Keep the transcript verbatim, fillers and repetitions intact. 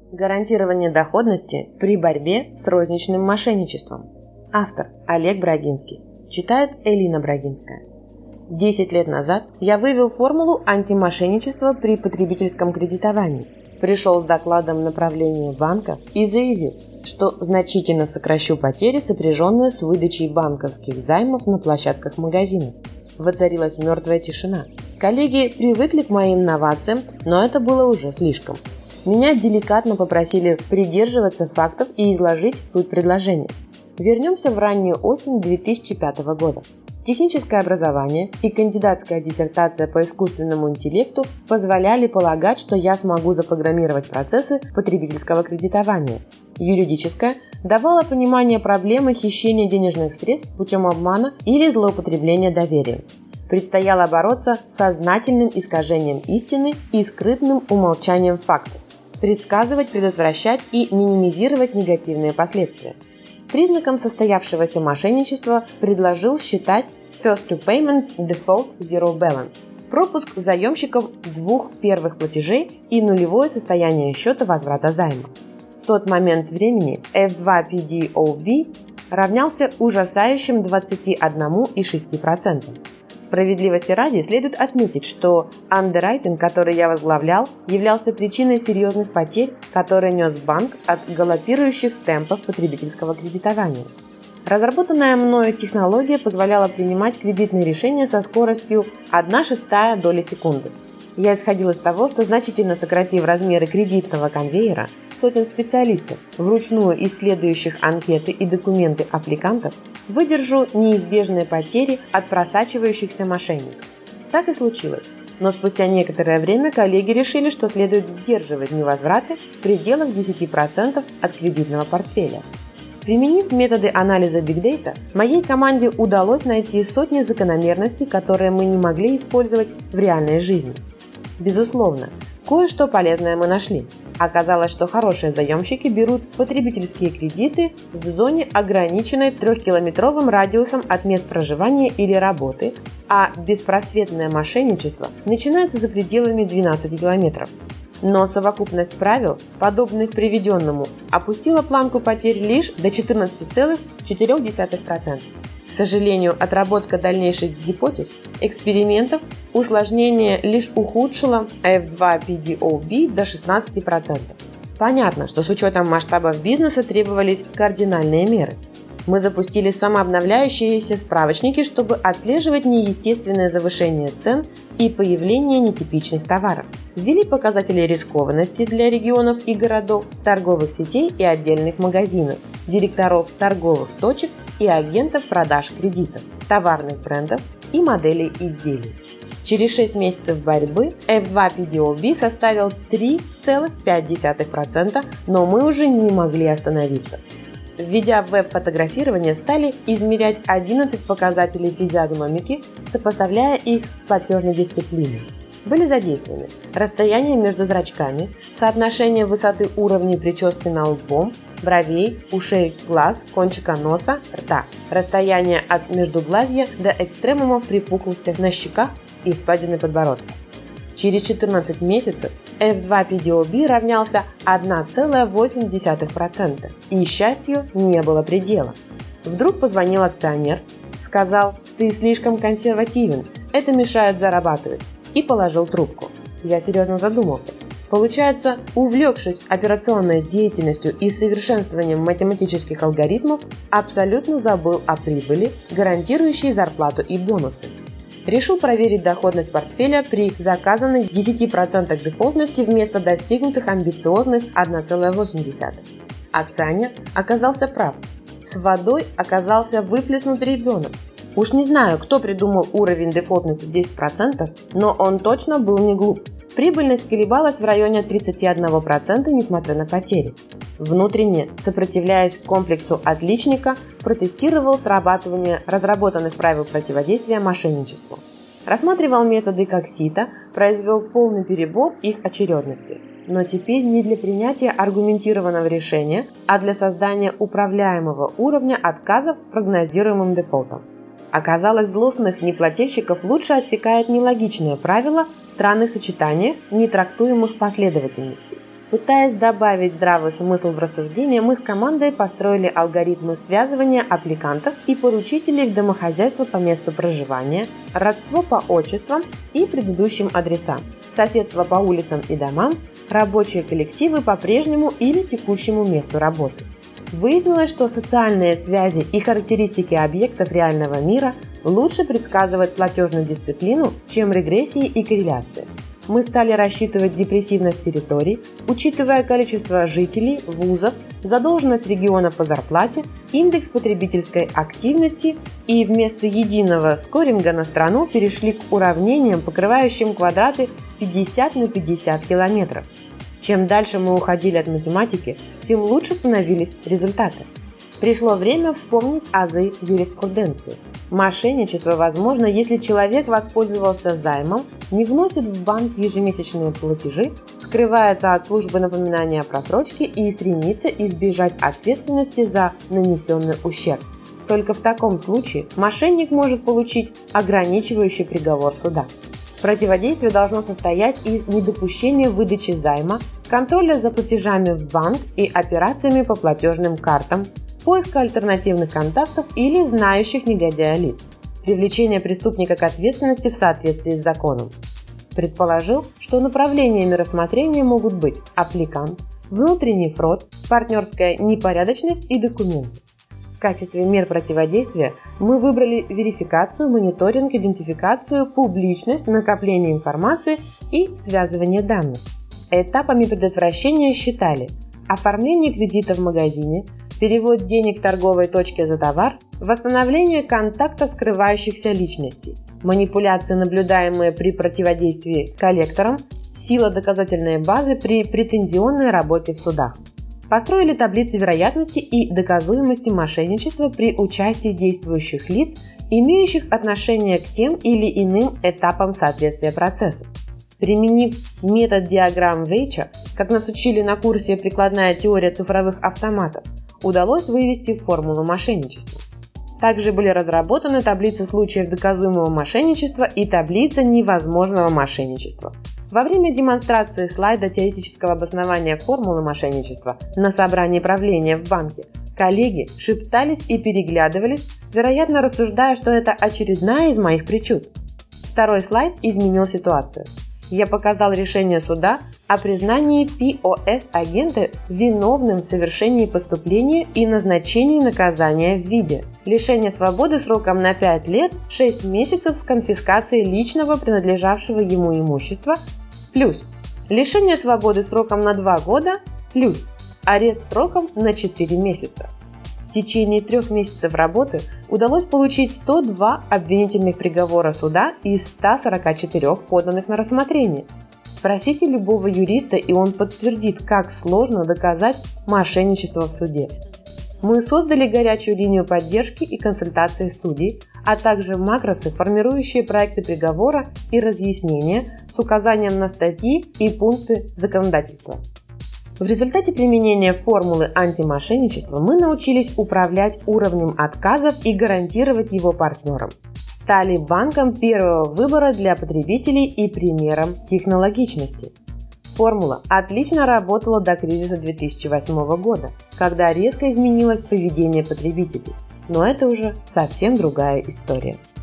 Гарантирование доходности при борьбе с розничным мошенничеством. Автор Олег Брагинский. Читает Элина Брагинская. Десять лет назад я вывел формулу антимошенничества при потребительском кредитовании. Пришел с докладом направления банка и заявил, что значительно сокращу потери, сопряженные с выдачей банковских займов на площадках магазинов. Воцарилась мертвая тишина. Коллеги привыкли к моим новациям, но это было уже слишком. Меня деликатно попросили придерживаться фактов и изложить суть предложения. Вернемся в раннюю осень две тысячи пятого года. Техническое образование и кандидатская диссертация по искусственному интеллекту позволяли полагать, что я смогу запрограммировать процессы потребительского кредитования. Юридическое давало понимание проблемы хищения денежных средств путем обмана или злоупотребления доверием. Предстояло бороться с сознательным искажением истины и скрытным умолчанием фактов, предсказывать, предотвращать и минимизировать негативные последствия. Признаком состоявшегося мошенничества предложил считать First to Payment Default Zero Balance – пропуск заемщиков двух первых платежей и нулевое состояние счета возврата займа. В тот момент времени эф два пи ди о би равнялся ужасающим двадцати одному целых шести десятых процента. Справедливости ради следует отметить, что андеррайтинг, который я возглавлял, являлся причиной серьезных потерь, которые нес банк от галопирующих темпов потребительского кредитования. Разработанная мною технология позволяла принимать кредитные решения со скоростью одна шестая доля секунды. Я исходил из того, что значительно сократив размеры кредитного конвейера сотен специалистов, вручную исследующих анкеты и документы аппликантов, выдержу неизбежные потери от просачивающихся мошенников. Так и случилось. Но спустя некоторое время коллеги решили, что следует сдерживать невозвраты в пределах десяти процентов от кредитного портфеля. Применив методы анализа Big Data, моей команде удалось найти сотни закономерностей, которые мы не могли использовать в реальной жизни. Безусловно, кое-что полезное мы нашли. Оказалось, что хорошие заемщики берут потребительские кредиты в зоне, ограниченной трехкилометровым радиусом от мест проживания или работы, а беспросветное мошенничество начинается за пределами двенадцати километров. Но совокупность правил, подобных приведенному, опустила планку потерь лишь до четырнадцати целых четырёх десятых процента. К сожалению, отработка дальнейших гипотез, экспериментов, усложнение лишь ухудшило эф два пи ди о би до шестнадцати процентов. Понятно, что с учетом масштабов бизнеса требовались кардинальные меры. Мы запустили самообновляющиеся справочники, чтобы отслеживать неестественное завышение цен и появление нетипичных товаров. Ввели показатели рискованности для регионов и городов, торговых сетей и отдельных магазинов, директоров торговых точек и агентов продаж кредитов, товарных брендов и моделей изделий. Через шесть месяцев борьбы эф два пи ди о би составил три целых пять десятых процента, но мы уже не могли остановиться. Введя веб-фотографирование, стали измерять одиннадцать показателей физиогномики, сопоставляя их с платежной дисциплиной. Были задействованы расстояние между зрачками, соотношение высоты уровней прически на лбом, бровей, ушей, глаз, кончика носа, рта, расстояние от междуглазья до экстремумов припухлостях на щеках и впадины подбородка. Через четырнадцать месяцев эф два пи ди о би равнялся одна целая восемь десятых процента, и счастью не было предела. Вдруг позвонил акционер, сказал: «Ты слишком консервативен, это мешает зарабатывать», и положил трубку. Я серьезно задумался. Получается, увлекшись операционной деятельностью и совершенствованием математических алгоритмов, абсолютно забыл о прибыли, гарантирующей зарплату и бонусы. Решил проверить доходность портфеля при заказанных десяти процентах дефолтности вместо достигнутых амбициозных одна целая восемь десятых. Акционер оказался прав. С водой оказался выплеснут ребенок. Уж не знаю, кто придумал уровень дефолтности в десять процентов, но он точно был не глуп. Прибыльность колебалась в районе тридцати одного процента, несмотря на потери. Внутренне, сопротивляясь комплексу отличника, протестировал срабатывание разработанных правил противодействия мошенничеству. Рассматривал методы как сито, произвел полный перебор их очередности. Но теперь не для принятия аргументированного решения, а для создания управляемого уровня отказов с прогнозируемым дефолтом. Оказалось, злостных неплательщиков лучше отсекает нелогичное правило в странных сочетаниях нетрактуемых последовательностей. Пытаясь добавить здравый смысл в рассуждение, мы с командой построили алгоритмы связывания аппликантов и поручителей в домохозяйство по месту проживания, родство по отчествам и предыдущим адресам, соседство по улицам и домам, рабочие коллективы по прежнему или текущему месту работы. Выяснилось, что социальные связи и характеристики объектов реального мира лучше предсказывают платежную дисциплину, чем регрессии и корреляции. Мы стали рассчитывать депрессивность территорий, учитывая количество жителей, вузов, задолженность региона по зарплате, индекс потребительской активности и вместо единого скоринга на страну перешли к уравнениям, покрывающим квадраты пятьдесят на пятьдесят километров. Чем дальше мы уходили от математики, тем лучше становились результаты. Пришло время вспомнить азы юриспруденции. Мошенничество возможно, если человек воспользовался займом, не вносит в банк ежемесячные платежи, скрывается от службы напоминания о просрочке и стремится избежать ответственности за нанесенный ущерб. Только в таком случае мошенник может получить ограничивающий приговор суда. Противодействие должно состоять из недопущения выдачи займа, контроля за платежами в банк и операциями по платежным картам, поиска альтернативных контактов или знающих негодяя лиц, привлечения преступника к ответственности в соответствии с законом. Предположил, что направлениями рассмотрения могут быть аппликант, внутренний фрод, партнерская непорядочность и документы. В качестве мер противодействия мы выбрали верификацию, мониторинг, идентификацию, публичность, накопление информации и связывание данных. Этапами предотвращения считали оформление кредита в магазине, перевод денег торговой точке за товар, восстановление контакта скрывающихся личностей, манипуляции, наблюдаемые при противодействии коллекторам, сила доказательной базы при претензионной работе в судах. Построили таблицы вероятности и доказуемости мошенничества при участии действующих лиц, имеющих отношение к тем или иным этапам соответствия процесса. Применив метод диаграмм Вейча, как нас учили на курсе «Прикладная теория цифровых автоматов», удалось вывести формулу мошенничества. Также были разработаны таблицы случаев доказуемого мошенничества и таблица невозможного мошенничества. Во время демонстрации слайда теоретического обоснования формулы мошенничества на собрании правления в банке коллеги шептались и переглядывались, вероятно рассуждая, что это очередная из моих причуд. Второй слайд изменил ситуацию. Я показал решение суда о признании пи о эс-агента виновным в совершении преступления и назначении наказания в виде лишения свободы сроком на пять лет, шесть месяцев с конфискацией личного принадлежавшего ему имущества, плюс лишение свободы сроком на два года, плюс арест сроком на четыре месяца. В течение трех месяцев работы удалось получить сто два обвинительных приговора суда из ста сорока четырёх поданных на рассмотрение. Спросите любого юриста, и он подтвердит, как сложно доказать мошенничество в суде. Мы создали горячую линию поддержки и консультации судей, а также макросы, формирующие проекты приговора и разъяснения с указанием на статьи и пункты законодательства. В результате применения формулы антимошенничества мы научились управлять уровнем отказов и гарантировать его партнерам. Стали банком первого выбора для потребителей и примером технологичности. Формула отлично работала до кризиса две тысячи восьмого года, когда резко изменилось поведение потребителей. Но это уже совсем другая история.